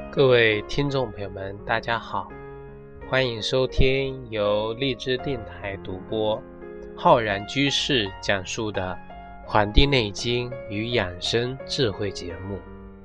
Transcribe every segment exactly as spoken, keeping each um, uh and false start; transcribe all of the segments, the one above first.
各位听众朋友们，大家好，欢迎收听由荔枝电台独播、浩然居士讲述的《黄帝内经与养生智慧》节目。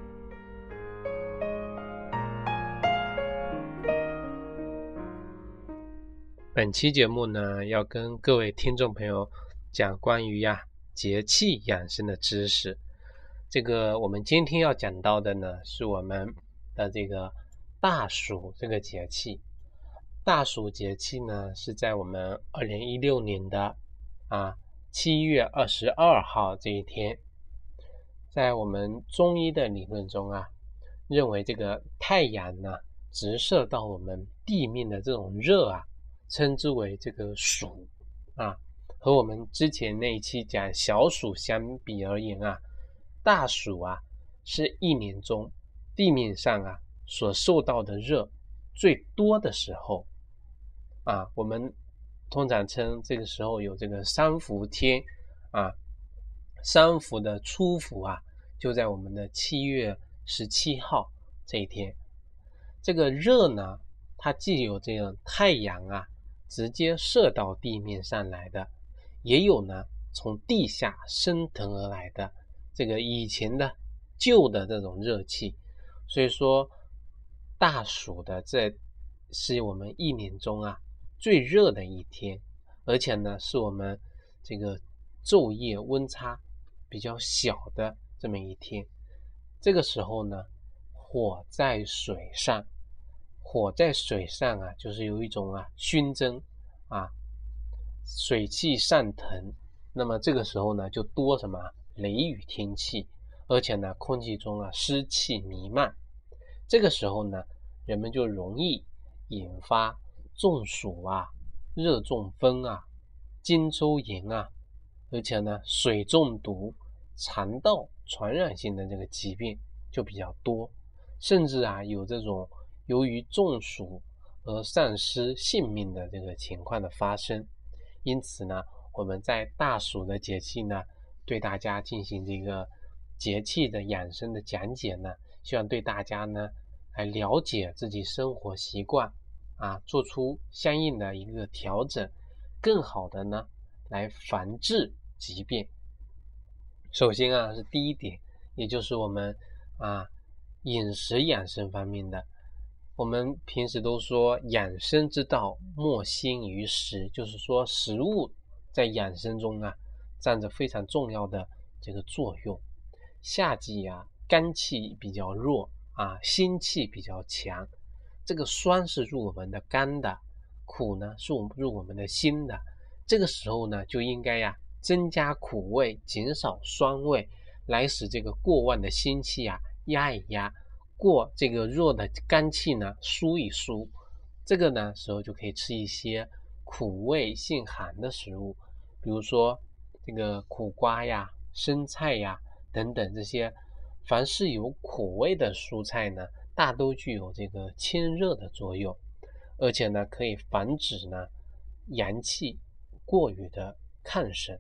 本期节目呢，要跟各位听众朋友讲关于呀、啊、节气养生的知识。这个我们今天要讲到的呢，是我们的这个大暑这个节气。大暑节气呢，是在我们二零一六年的啊七月二十二号这一天。在我们中医的理论中啊，认为这个太阳呢直射到我们地面的这种热啊，称之为这个暑啊。和我们之前那一期讲小暑相比而言啊，大暑啊是一年中地面上啊所受到的热最多的时候啊。我们通常称这个时候有这个三伏天啊，三伏的初伏啊就在我们的七月十七号这一天。这个热呢，它既有这个太阳啊直接射到地面上来的，也有呢从地下升腾而来的这个以前的旧的这种热气。所以说大暑的这是我们一年中啊最热的一天，而且呢是我们这个昼夜温差比较小的这么一天。这个时候呢，火在水上，火在水上啊就是有一种啊熏蒸啊，水汽上腾，那么这个时候呢就多什么雷雨天气，而且呢空气中啊湿气弥漫。这个时候呢人们就容易引发中暑啊、热中风啊、筋周炎啊，而且呢水中毒、肠道传染性的这个疾病就比较多，甚至啊有这种由于中暑而丧失性命的这个情况的发生。因此呢，我们在大暑的节气呢，对大家进行这个节气的养生的讲解呢，希望对大家呢来了解自己生活习惯啊，做出相应的一个调整，更好的呢来防治疾病。首先啊是第一点，也就是我们啊饮食养生方面的。我们平时都说养生之道莫兴于食，就是说食物在养生中啊占着非常重要的这个作用。夏季啊肝气比较弱啊，心气比较强，这个酸是入我们的肝的，苦呢是入我们的心的。这个时候呢就应该呀、啊、增加苦味，减少酸味，来使这个过旺的心气啊压一压，过这个弱的肝气呢疏一疏。这个呢时候就可以吃一些苦味性寒的食物，比如说这个苦瓜呀、生菜呀等等，这些凡是有苦味的蔬菜呢，大都具有这个清热的作用，而且呢可以防止呢阳气过于的亢盛，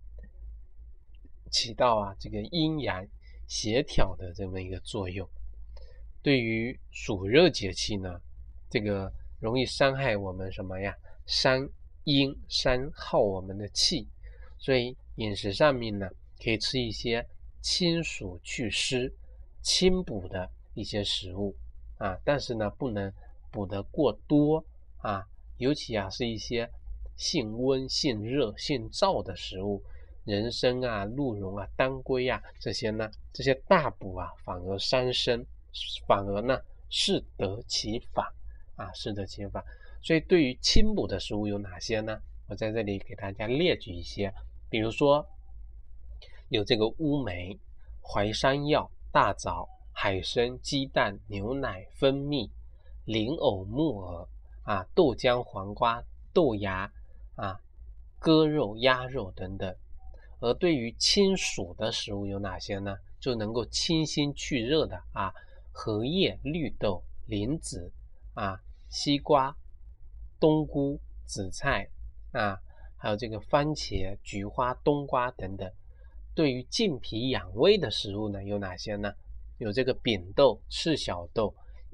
起到啊这个阴阳协调的这么一个作用。对于暑热节气呢，这个容易伤害我们什么呀？伤阴，伤耗我们的气。所以饮食上面呢，可以吃一些清暑祛湿、清补的一些食物啊，但是呢，不能补得过多啊，尤其啊是一些性温、性热、性燥的食物，人参啊、鹿茸啊、当归啊这些呢，这些大补啊反而伤身，反而呢适得其反啊，适得其反。所以对于清补的食物有哪些呢？我在这里给大家列举一些，比如说有这个乌梅、淮山药、大枣、海参、鸡蛋、牛奶、蜂蜜、莲藕、木耳啊、豆浆、黄瓜、豆芽啊、鸽肉、鸭肉等等。而对于清暑的食物有哪些呢？就能够清心去热的啊，荷叶、绿豆、莲子啊、西瓜、冬菇、紫菜啊，还有这个番茄、菊花、冬瓜等等。对于健脾养胃的食物呢，有哪些呢？有这个扁豆、赤小豆、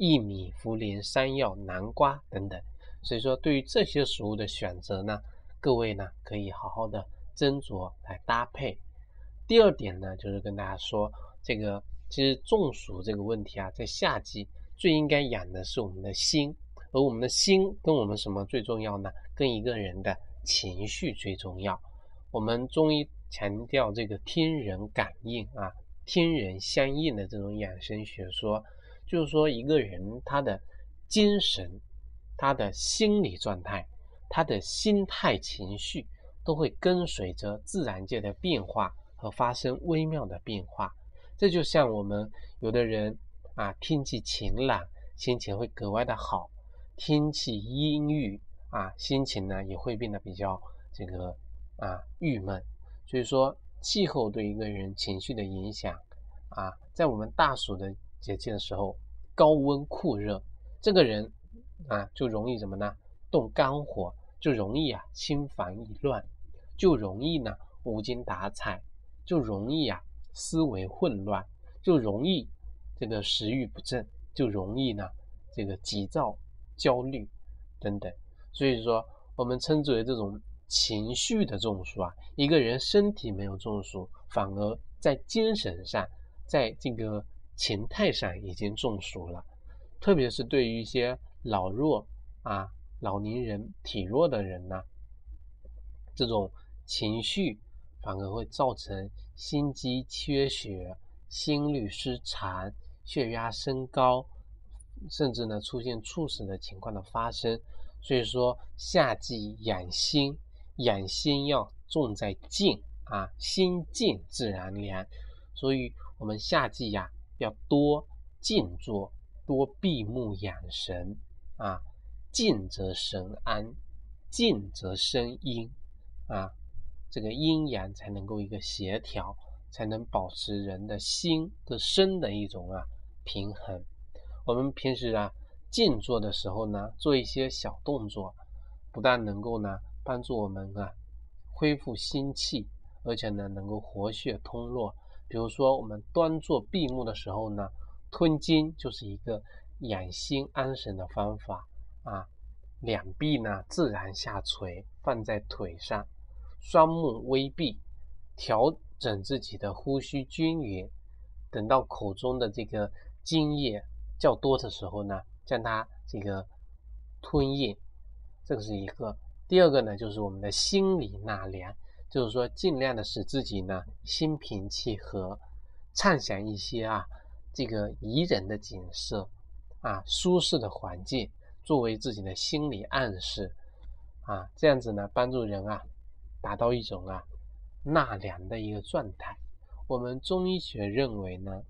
薏米、茯苓、山药、南瓜等等。所以说对于这些食物的选择呢，各位呢可以好好的斟酌来搭配。第二点呢，就是跟大家说，这个其实中暑这个问题啊，在夏季最应该养的是我们的心，而我们的心跟我们什么最重要呢？跟一个人的情绪最重要。我们中医强调这个天人感应啊，天人相应的这种养生学说，就是说一个人他的精神、他的心理状态、他的心态情绪都会跟随着自然界的变化和发生微妙的变化。这就像我们有的人啊，天气晴朗，心情会格外的好；天气阴郁啊，心情呢也会变得比较这个啊郁闷。所以说，气候对一个人情绪的影响啊，在我们大暑的节气的时候，高温酷热，这个人啊就容易什么呢？动肝火，就容易啊心烦意乱，就容易呢无精打采，就容易啊思维混乱，就容易这个食欲不振，就容易呢这个急躁、焦虑等等。所以说，我们称之为这种情绪的中暑啊，一个人身体没有中暑，反而在精神上，在这个情态上已经中暑了。特别是对于一些老弱啊、老年人、体弱的人呢，这种情绪反而会造成心肌缺血、心律失常、血压升高，甚至呢出现猝死的情况的发生。所以说，夏季养心，养心要重在静啊，心静自然凉。所以我们夏季呀、啊，要多静坐，多闭目养神啊，静则神安，静则生阴啊，这个阴阳才能够一个协调，才能保持人的心和身的一种啊平衡。我们平时啊静坐的时候呢，做一些小动作，不但能够呢帮助我们啊恢复心气，而且呢能够活血通络。比如说我们端坐闭目的时候呢，吞金就是一个养心安神的方法啊。两臂呢自然下垂，放在腿上，双目微闭，调整自己的呼吸均匀。等到口中的这个津液较多的时候呢，将它这个吞咽，这个是一个。第二个呢，就是我们的心理纳凉，就是说尽量的使自己呢心平气和，畅想一些啊这个宜人的景色啊，舒适的环境，作为自己的心理暗示啊，这样子呢帮助人啊达到一种啊纳凉的一个状态。我们中医学认为呢，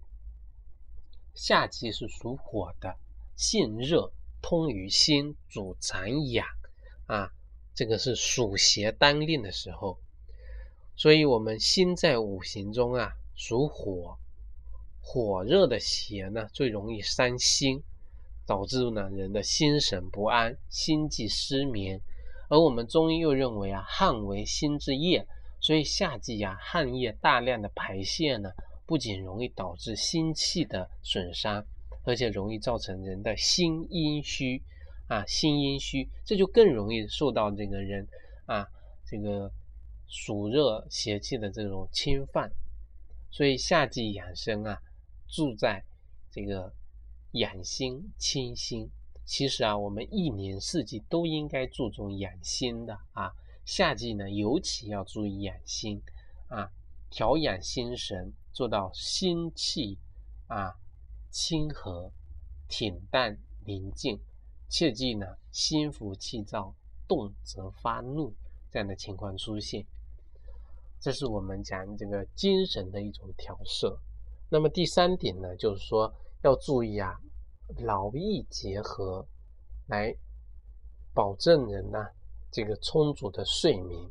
夏季是属火的，性热，通于心，主长养啊，这个是暑邪当令的时候。所以我们心在五行中啊属火，火热的邪呢最容易伤心，导致呢人的心神不安，心悸失眠。而我们中医又认为啊，汗为心之液，所以夏季啊汗液大量的排泄呢，不仅容易导致心气的损伤，而且容易造成人的心阴虚啊，心阴虚，这就更容易受到这个人啊这个暑热邪气的这种侵犯。所以夏季养生啊，注在这个养心清心。其实啊，我们一年四季都应该注重养心的啊，夏季呢尤其要注意养心啊，调养心神，做到心气啊清和、恬淡宁静，切忌呢心浮气躁、动则发怒这样的情况出现。这是我们讲这个精神的一种调摄。那么第三点呢，就是说要注意啊，劳逸结合，来保证人呢、啊、这个充足的睡眠。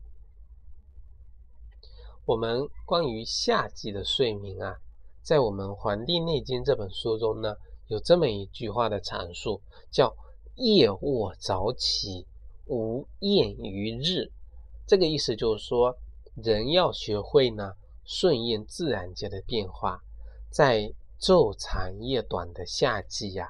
我们关于夏季的睡眠啊，在我们《黄帝内经》这本书中呢，有这么一句话的阐述，叫夜卧早起，无厌于日。这个意思就是说，人要学会呢顺应自然界的变化，在昼长夜短的夏季呀、啊，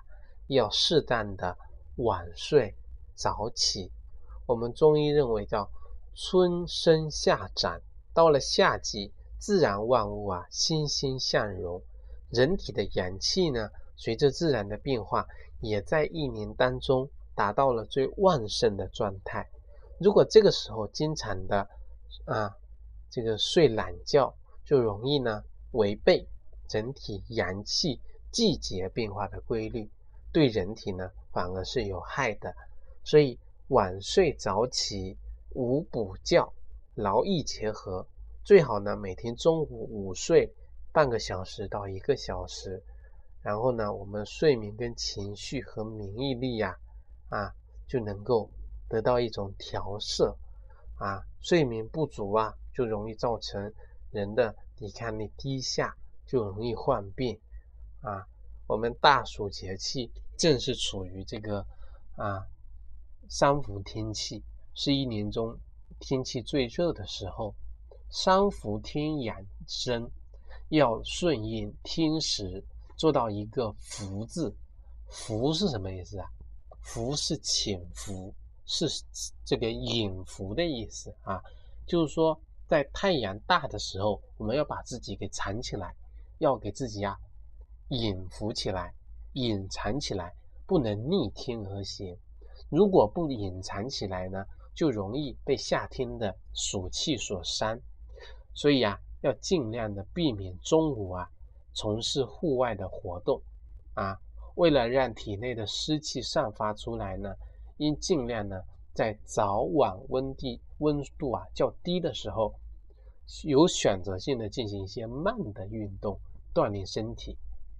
要适当的晚睡早起。我们中医认为叫春生夏长，到了夏季，自然万物啊欣欣向荣，人体的阳气呢，随着自然的变化，也在一年当中达到了最旺盛的状态。如果这个时候经常的啊这个睡懒觉，就容易呢违背人体阳气季节变化的规律，对人体呢反而是有害的。所以晚睡早起，午补觉，劳逸结合，最好呢每天中午午睡半个小时到一个小时，然后呢我们睡眠跟情绪和免疫力呀 啊, 啊就能够得到一种调摄啊，睡眠不足啊就容易造成人的抵抗力低下，就容易患病啊。我们大暑节气正是处于这个啊三伏天气，是一年中天气最热的时候。三伏天养生要顺应天时，做到一个伏字。伏是什么意思啊？伏是潜伏，是这个隐伏的意思啊。就是说在太阳大的时候，我们要把自己给藏起来，要给自己啊隐伏起来，隐藏起来，不能逆天而行。如果不隐藏起来呢，就容易被夏天的暑气所伤。所以啊，要尽量的避免中午啊从事户外的活动啊。为了让体内的湿气散发出来呢，应尽量呢在早晚温地温度啊较低的时候，有选择性的进行一些慢的运动，锻炼身体。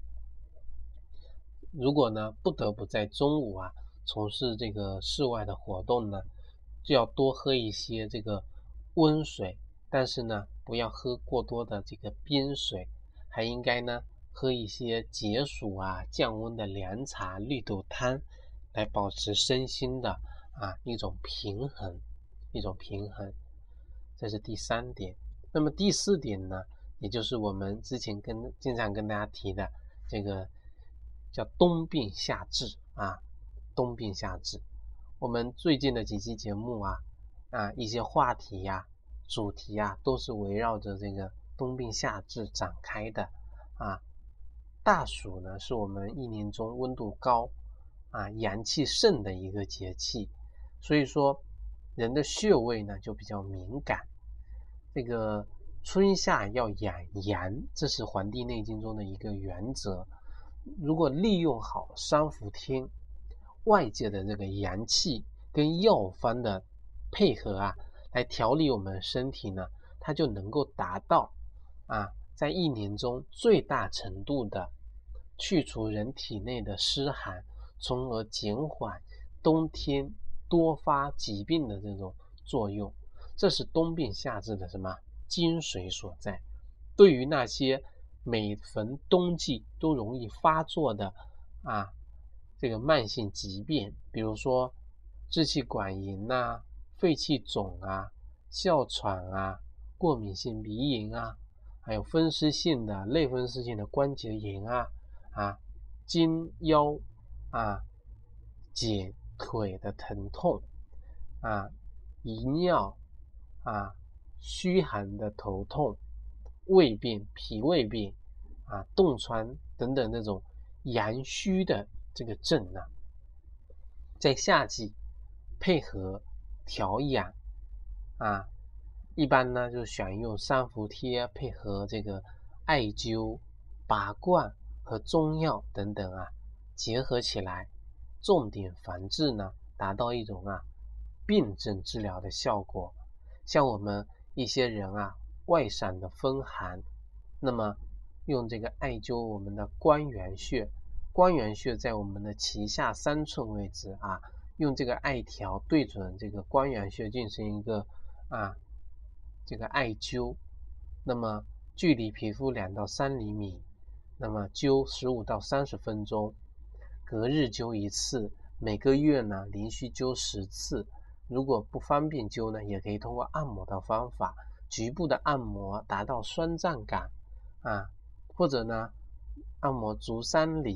如果呢不得不在中午啊从事这个室外的活动呢，就要多喝一些这个温水，但是呢不要喝过多的这个冰水，还应该呢喝一些解暑啊降温的凉茶、绿豆汤，来保持身心的啊一种平衡一种平衡。这是第三点。那么第四点呢，也就是我们之前跟经常跟大家提的这个叫冬病夏治啊，冬病夏治。我们最近的几期节目啊啊一些话题呀、啊、主题啊，都是围绕着这个冬病夏治展开的啊。大暑呢是我们一年中温度高啊阳气盛的一个节气，所以说人的穴位呢就比较敏感。这个春夏要养阳，这是《黄帝内经》中的一个原则。如果利用好三伏天外界的这个阳气跟药方的配合啊，来调理我们身体呢，它就能够达到啊，在一年中最大程度的去除人体内的湿寒，从而减缓冬天多发疾病的这种作用。这是冬病夏治的什么精髓所在。对于那些每逢冬季都容易发作的啊这个慢性疾病，比如说支气管炎啊、肺气肿啊、哮喘啊、过敏性鼻炎啊，还有风湿性的、类风湿性的关节炎啊啊、筋腰啊、解腿的疼痛啊、遗尿啊、虚寒的头痛、胃病、脾胃病啊、冻疮等等那种阳虚的这个症啊，在夏季配合调养啊，一般呢就选用三伏贴配合这个艾灸、拔罐和中药等等啊结合起来，重点防治呢，达到一种啊辨证治疗的效果。像我们一些人啊外伤的风寒，那么用这个艾灸我们的关元穴，关元穴在我们的脐下三寸位置啊，用这个艾条对准这个关元穴进行一个啊这个艾灸，那么距离皮肤两到三厘米，那么灸十五到三十分钟，隔日灸一次，每个月呢连续灸十次。如果不方便灸呢，也可以通过按摩的方法，局部的按摩达到酸胀感啊，或者呢按摩足三里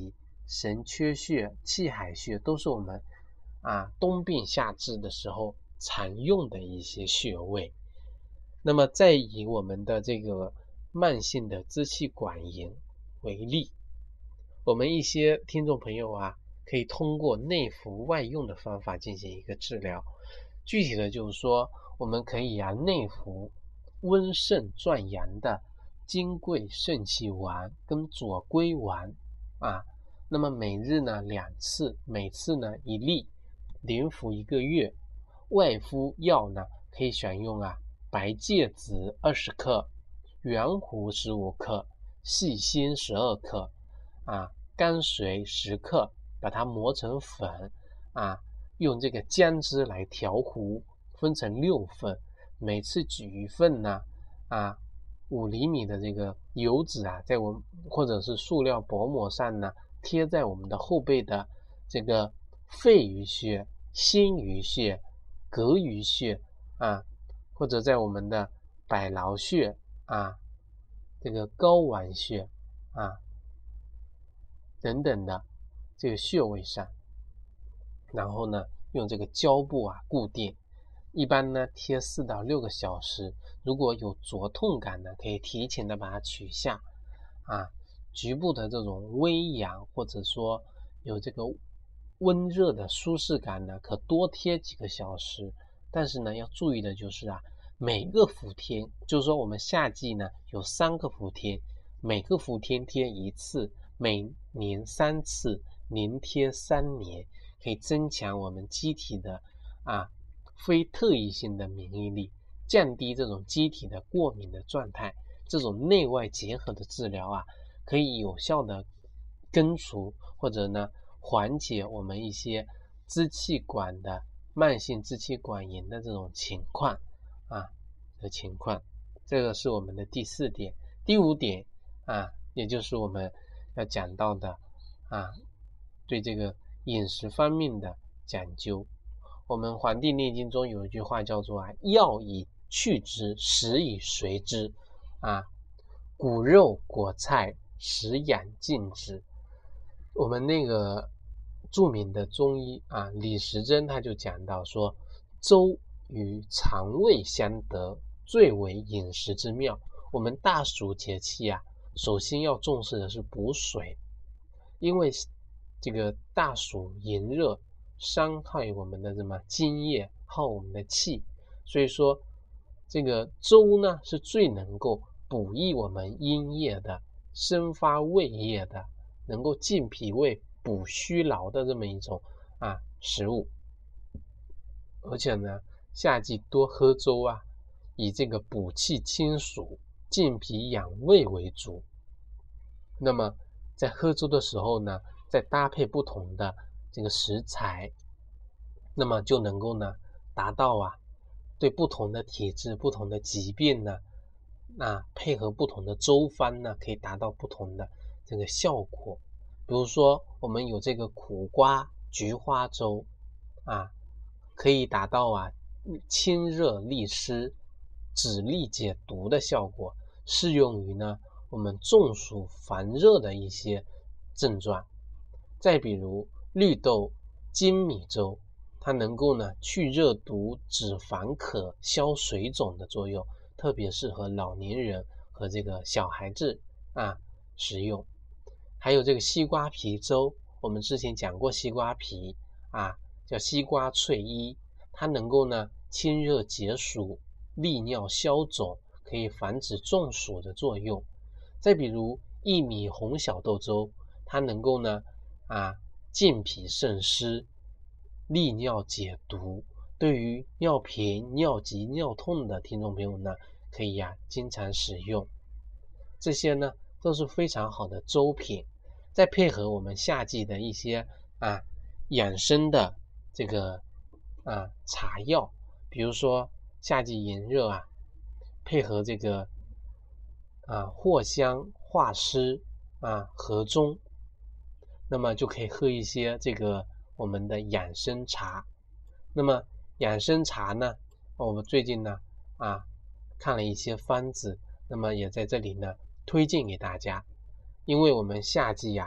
神阙穴、气海穴都是我们啊冬病夏治的时候常用的一些穴位。那么再以我们的这个慢性的支气管炎为例，我们一些听众朋友啊，可以通过内服外用的方法进行一个治疗。具体的就是说，我们可以啊内服温肾壮阳的金匮肾气丸跟左归丸啊，那么每日呢两次，每次呢一粒，连服一个月。外敷药呢可以选用啊白芥子二十克、圆胡十五克、细辛十二克啊、甘遂十克，把它磨成粉啊，用这个姜汁来调糊，分成六份，每次举一份呢啊五厘米的这个油纸啊，在我们或者是塑料薄膜上呢，贴在我们的后背的这个肺俞穴、心俞穴、膈俞穴啊，或者在我们的百劳穴啊、这个睾丸穴啊等等的这个穴位上，然后呢用这个胶布啊固定，一般呢贴四到六个小时。如果有灼痛感呢，可以提前的把它取下啊。局部的这种微痒或者说有这个温热的舒适感呢，可多贴几个小时。但是呢要注意的就是啊，每个伏天，就是说我们夏季呢有三个伏天，每个伏天贴一次，每年三次，连贴三年，可以增强我们机体的啊非特异性的免疫力，降低这种机体的过敏的状态。这种内外结合的治疗啊，可以有效的根除或者呢缓解我们一些支气管的慢性支气管炎的这种情况啊的情况。这个是我们的第四点。第五点啊，也就是我们要讲到的啊，对这个饮食方面的讲究。我们《黄帝内经》中有一句话叫做啊，药以去之，食以随之啊，骨肉果菜食养尽之。我们那个著名的中医啊李时珍他就讲到说，粥与肠胃相得，最为饮食之妙。我们大暑节气啊，首先要重视的是补水，因为这个大暑炎热，伤害我们的什么津液，耗我们的气，所以说这个粥呢是最能够补益我们阴液的，生发胃液的，能够健脾胃、补虚劳的这么一种啊食物。而且呢，夏季多喝粥啊，以这个补气清暑、健脾养胃为主。那么在喝粥的时候呢，再搭配不同的这个食材，那么就能够呢达到啊对不同的体质、不同的疾病呢，那配合不同的粥方呢，可以达到不同的这个效果。比如说我们有这个苦瓜菊花粥啊，可以达到啊清热利湿、止痢解毒的效果，适用于呢我们中暑烦热的一些症状。再比如绿豆粳米粥，它能够呢去热毒、止烦渴、消水肿的作用，特别适合老年人和这个小孩子啊食用。还有这个西瓜皮粥，我们之前讲过西瓜皮啊，叫西瓜翠衣，它能够呢清热解暑、利尿消肿，可以防止中暑的作用。再比如薏米红小豆粥，它能够呢啊健脾渗湿、利尿解毒。对于尿频、尿急、尿痛的听众朋友呢，可以呀、啊、经常使用。这些呢都是非常好的粥品。再配合我们夏季的一些啊养生的这个啊茶药，比如说夏季炎热啊，配合这个啊藿香、化湿啊和中，那么就可以喝一些这个我们的养生茶。那么养生茶呢，我们最近呢啊看了一些方子，那么也在这里呢推荐给大家。因为我们夏季呀、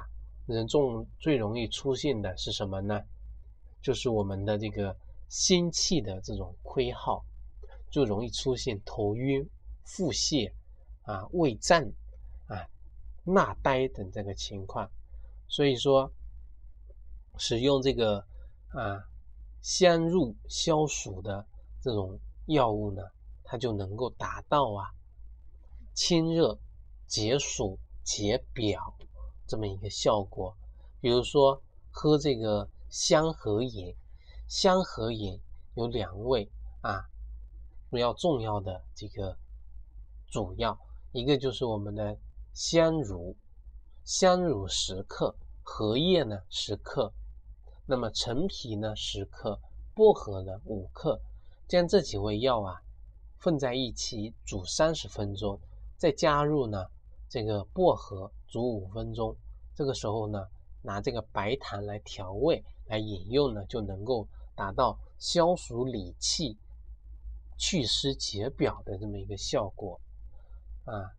人中最容易出现的是什么呢？就是我们的这个心气的这种亏耗，就容易出现头晕、腹泻啊、胃胀啊、纳呆等这个情况。所以说，使用这个啊香入消暑的这种药物呢，它就能够达到啊清热、解暑、解表这么一个效果。比如说喝这个香荷饮，香荷饮有两味啊，比较重要的这个主要，一个就是我们的香茹，香茹十克，荷叶呢十克，那么陈皮呢十克，薄荷呢五克，将这几味药啊混在一起煮三十分钟，再加入呢这个薄荷煮五分钟，这个时候呢拿这个白糖来调味来饮用呢，就能够达到消暑理气、祛湿解表的这么一个效果啊。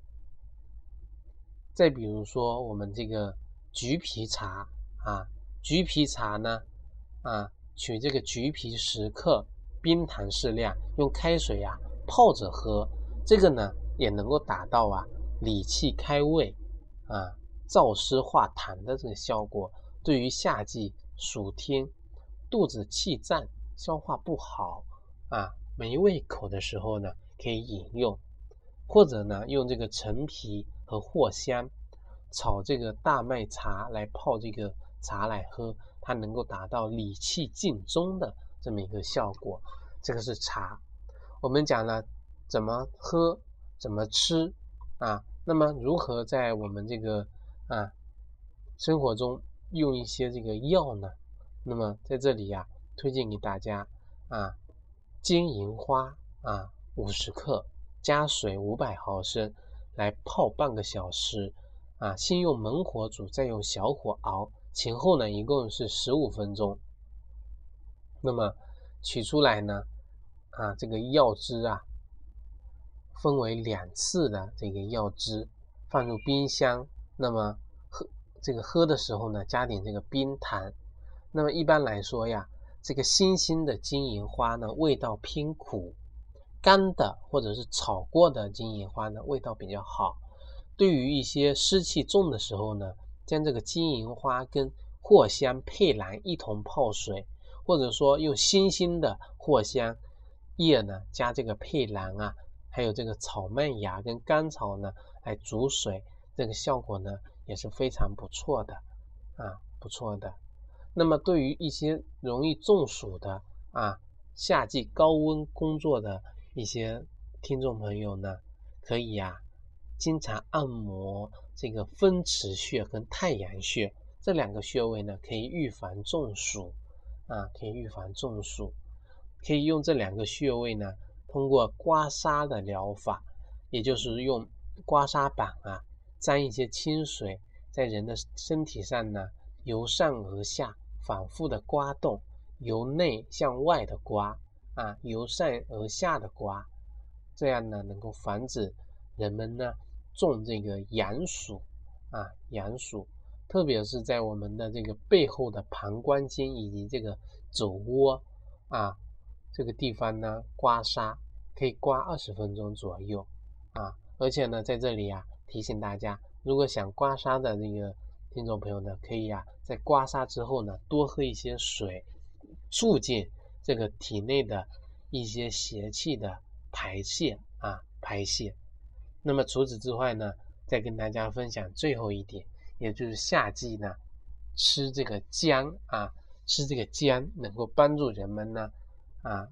再比如说我们这个橘皮茶啊，橘皮茶呢啊，取这个橘皮十克，冰糖适量，用开水啊泡着喝，这个呢也能够达到啊理气开胃啊、燥湿化痰的这个效果。对于夏季暑天肚子气胀、消化不好啊、没胃口的时候呢，可以饮用。或者呢，用这个陈皮和藿香炒这个大麦茶来泡这个茶来喝，它能够达到理气尽中的这么一个效果。这个是茶。我们讲了怎么喝，怎么吃啊，那么如何在我们这个啊生活中用一些这个药呢？那么在这里呀、啊，推荐给大家啊，金银花啊五十克，加水五百毫升，来泡半个小时啊，先用猛火煮，再用小火熬，前后呢一共是十五分钟。那么取出来呢啊，这个药汁啊分为两次的这个药汁，放入冰箱。那么喝这个喝的时候呢，加点这个冰糖。那么一般来说呀，这个新鲜的金银花呢，味道偏苦；干的或者是炒过的金银花呢，味道比较好。对于一些湿气重的时候呢，将这个金银花跟藿香、佩兰一同泡水，或者说用新鲜的藿香叶呢，加这个佩兰啊，还有这个草蔓芽跟甘草呢来煮水，这个效果呢也是非常不错的啊，不错的。那么对于一些容易中暑的啊，夏季高温工作的一些听众朋友呢，可以啊经常按摩这个风池穴跟太阳穴这两个穴位呢，可以预防中暑啊，可以预防中暑。可以用这两个穴位呢，通过刮痧的疗法，也就是用刮痧板啊沾一些清水，在人的身体上呢由上而下反复的刮动，由内向外的刮啊，由上而下的刮，这样呢能够防止人们呢中这个阳暑啊阳暑，特别是在我们的这个背后的膀胱经以及这个肘窝啊这个地方呢刮痧，可以刮二十分钟左右啊。而且呢在这里啊提醒大家，如果想刮痧的这个听众朋友呢，可以啊在刮痧之后呢多喝一些水，促进这个体内的一些邪气的排泄啊排泄。那么除此之外呢，再跟大家分享最后一点，也就是夏季呢吃这个姜啊，吃这个姜能够帮助人们呢啊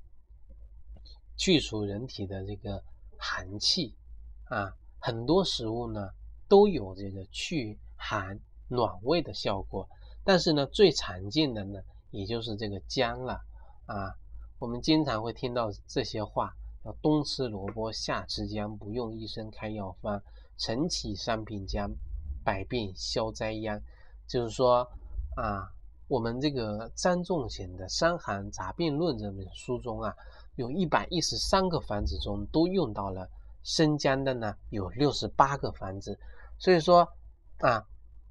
去除人体的这个寒气啊，很多食物呢都有这个去寒暖胃的效果，但是呢最常见的呢也就是这个姜了啊。我们经常会听到这些话，要冬吃萝卜夏吃姜，不用医生开药方，晨起三品姜，百病消灾殃。就是说啊，我们这个张仲显的《伤寒杂病论》这本书中啊，有一百一十三个方子中都用到了生姜的呢，有六十八个方子。所以说啊，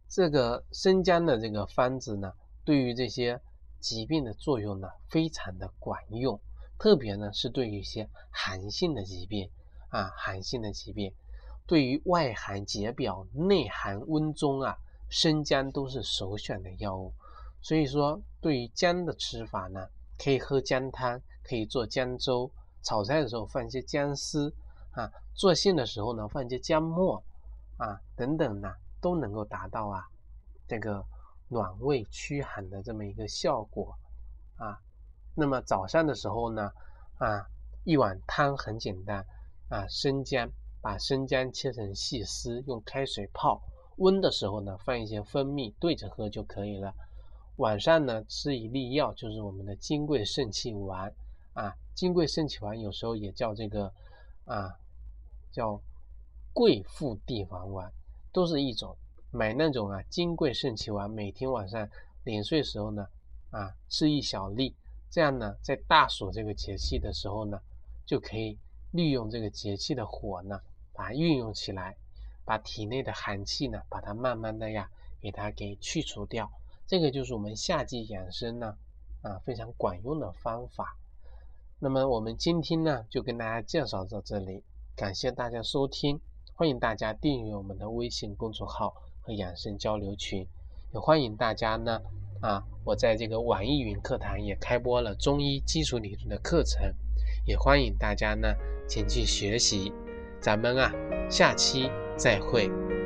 这个生姜的这个方子呢，对于这些疾病的作用呢非常的管用，特别呢是对于一些寒性的疾病啊，寒性的疾病，对于外寒结表、内寒温中啊，生姜都是首选的药物。所以说，对于姜的吃法呢，可以喝姜汤，可以做姜粥，炒菜的时候放一些姜丝啊，做馅的时候呢放一些姜末啊等等呢，都能够达到啊这个暖胃驱寒的这么一个效果啊。那么早上的时候呢，啊，一碗汤很简单啊，生姜，把生姜切成细丝，用开水泡，温的时候呢放一些蜂蜜兑着喝就可以了。晚上呢吃一粒药，就是我们的金匮肾气丸啊，金匮肾气丸有时候也叫这个啊叫桂附地黄丸，都是一种。买那种啊金匮肾气丸，每天晚上临睡时候呢啊吃一小粒，这样呢在大暑这个节气的时候呢，就可以利用这个节气的火呢，把它运用起来，把体内的寒气呢，把它慢慢的呀给它给去除掉。这个就是我们夏季养生呢啊非常管用的方法。那么我们今天呢就跟大家介绍到这里，感谢大家收听，欢迎大家订阅我们的微信公众号和养生交流群，也欢迎大家呢啊我在这个网易云课堂也开播了中医基础理论的课程，也欢迎大家呢前去学习。咱们啊下期再会。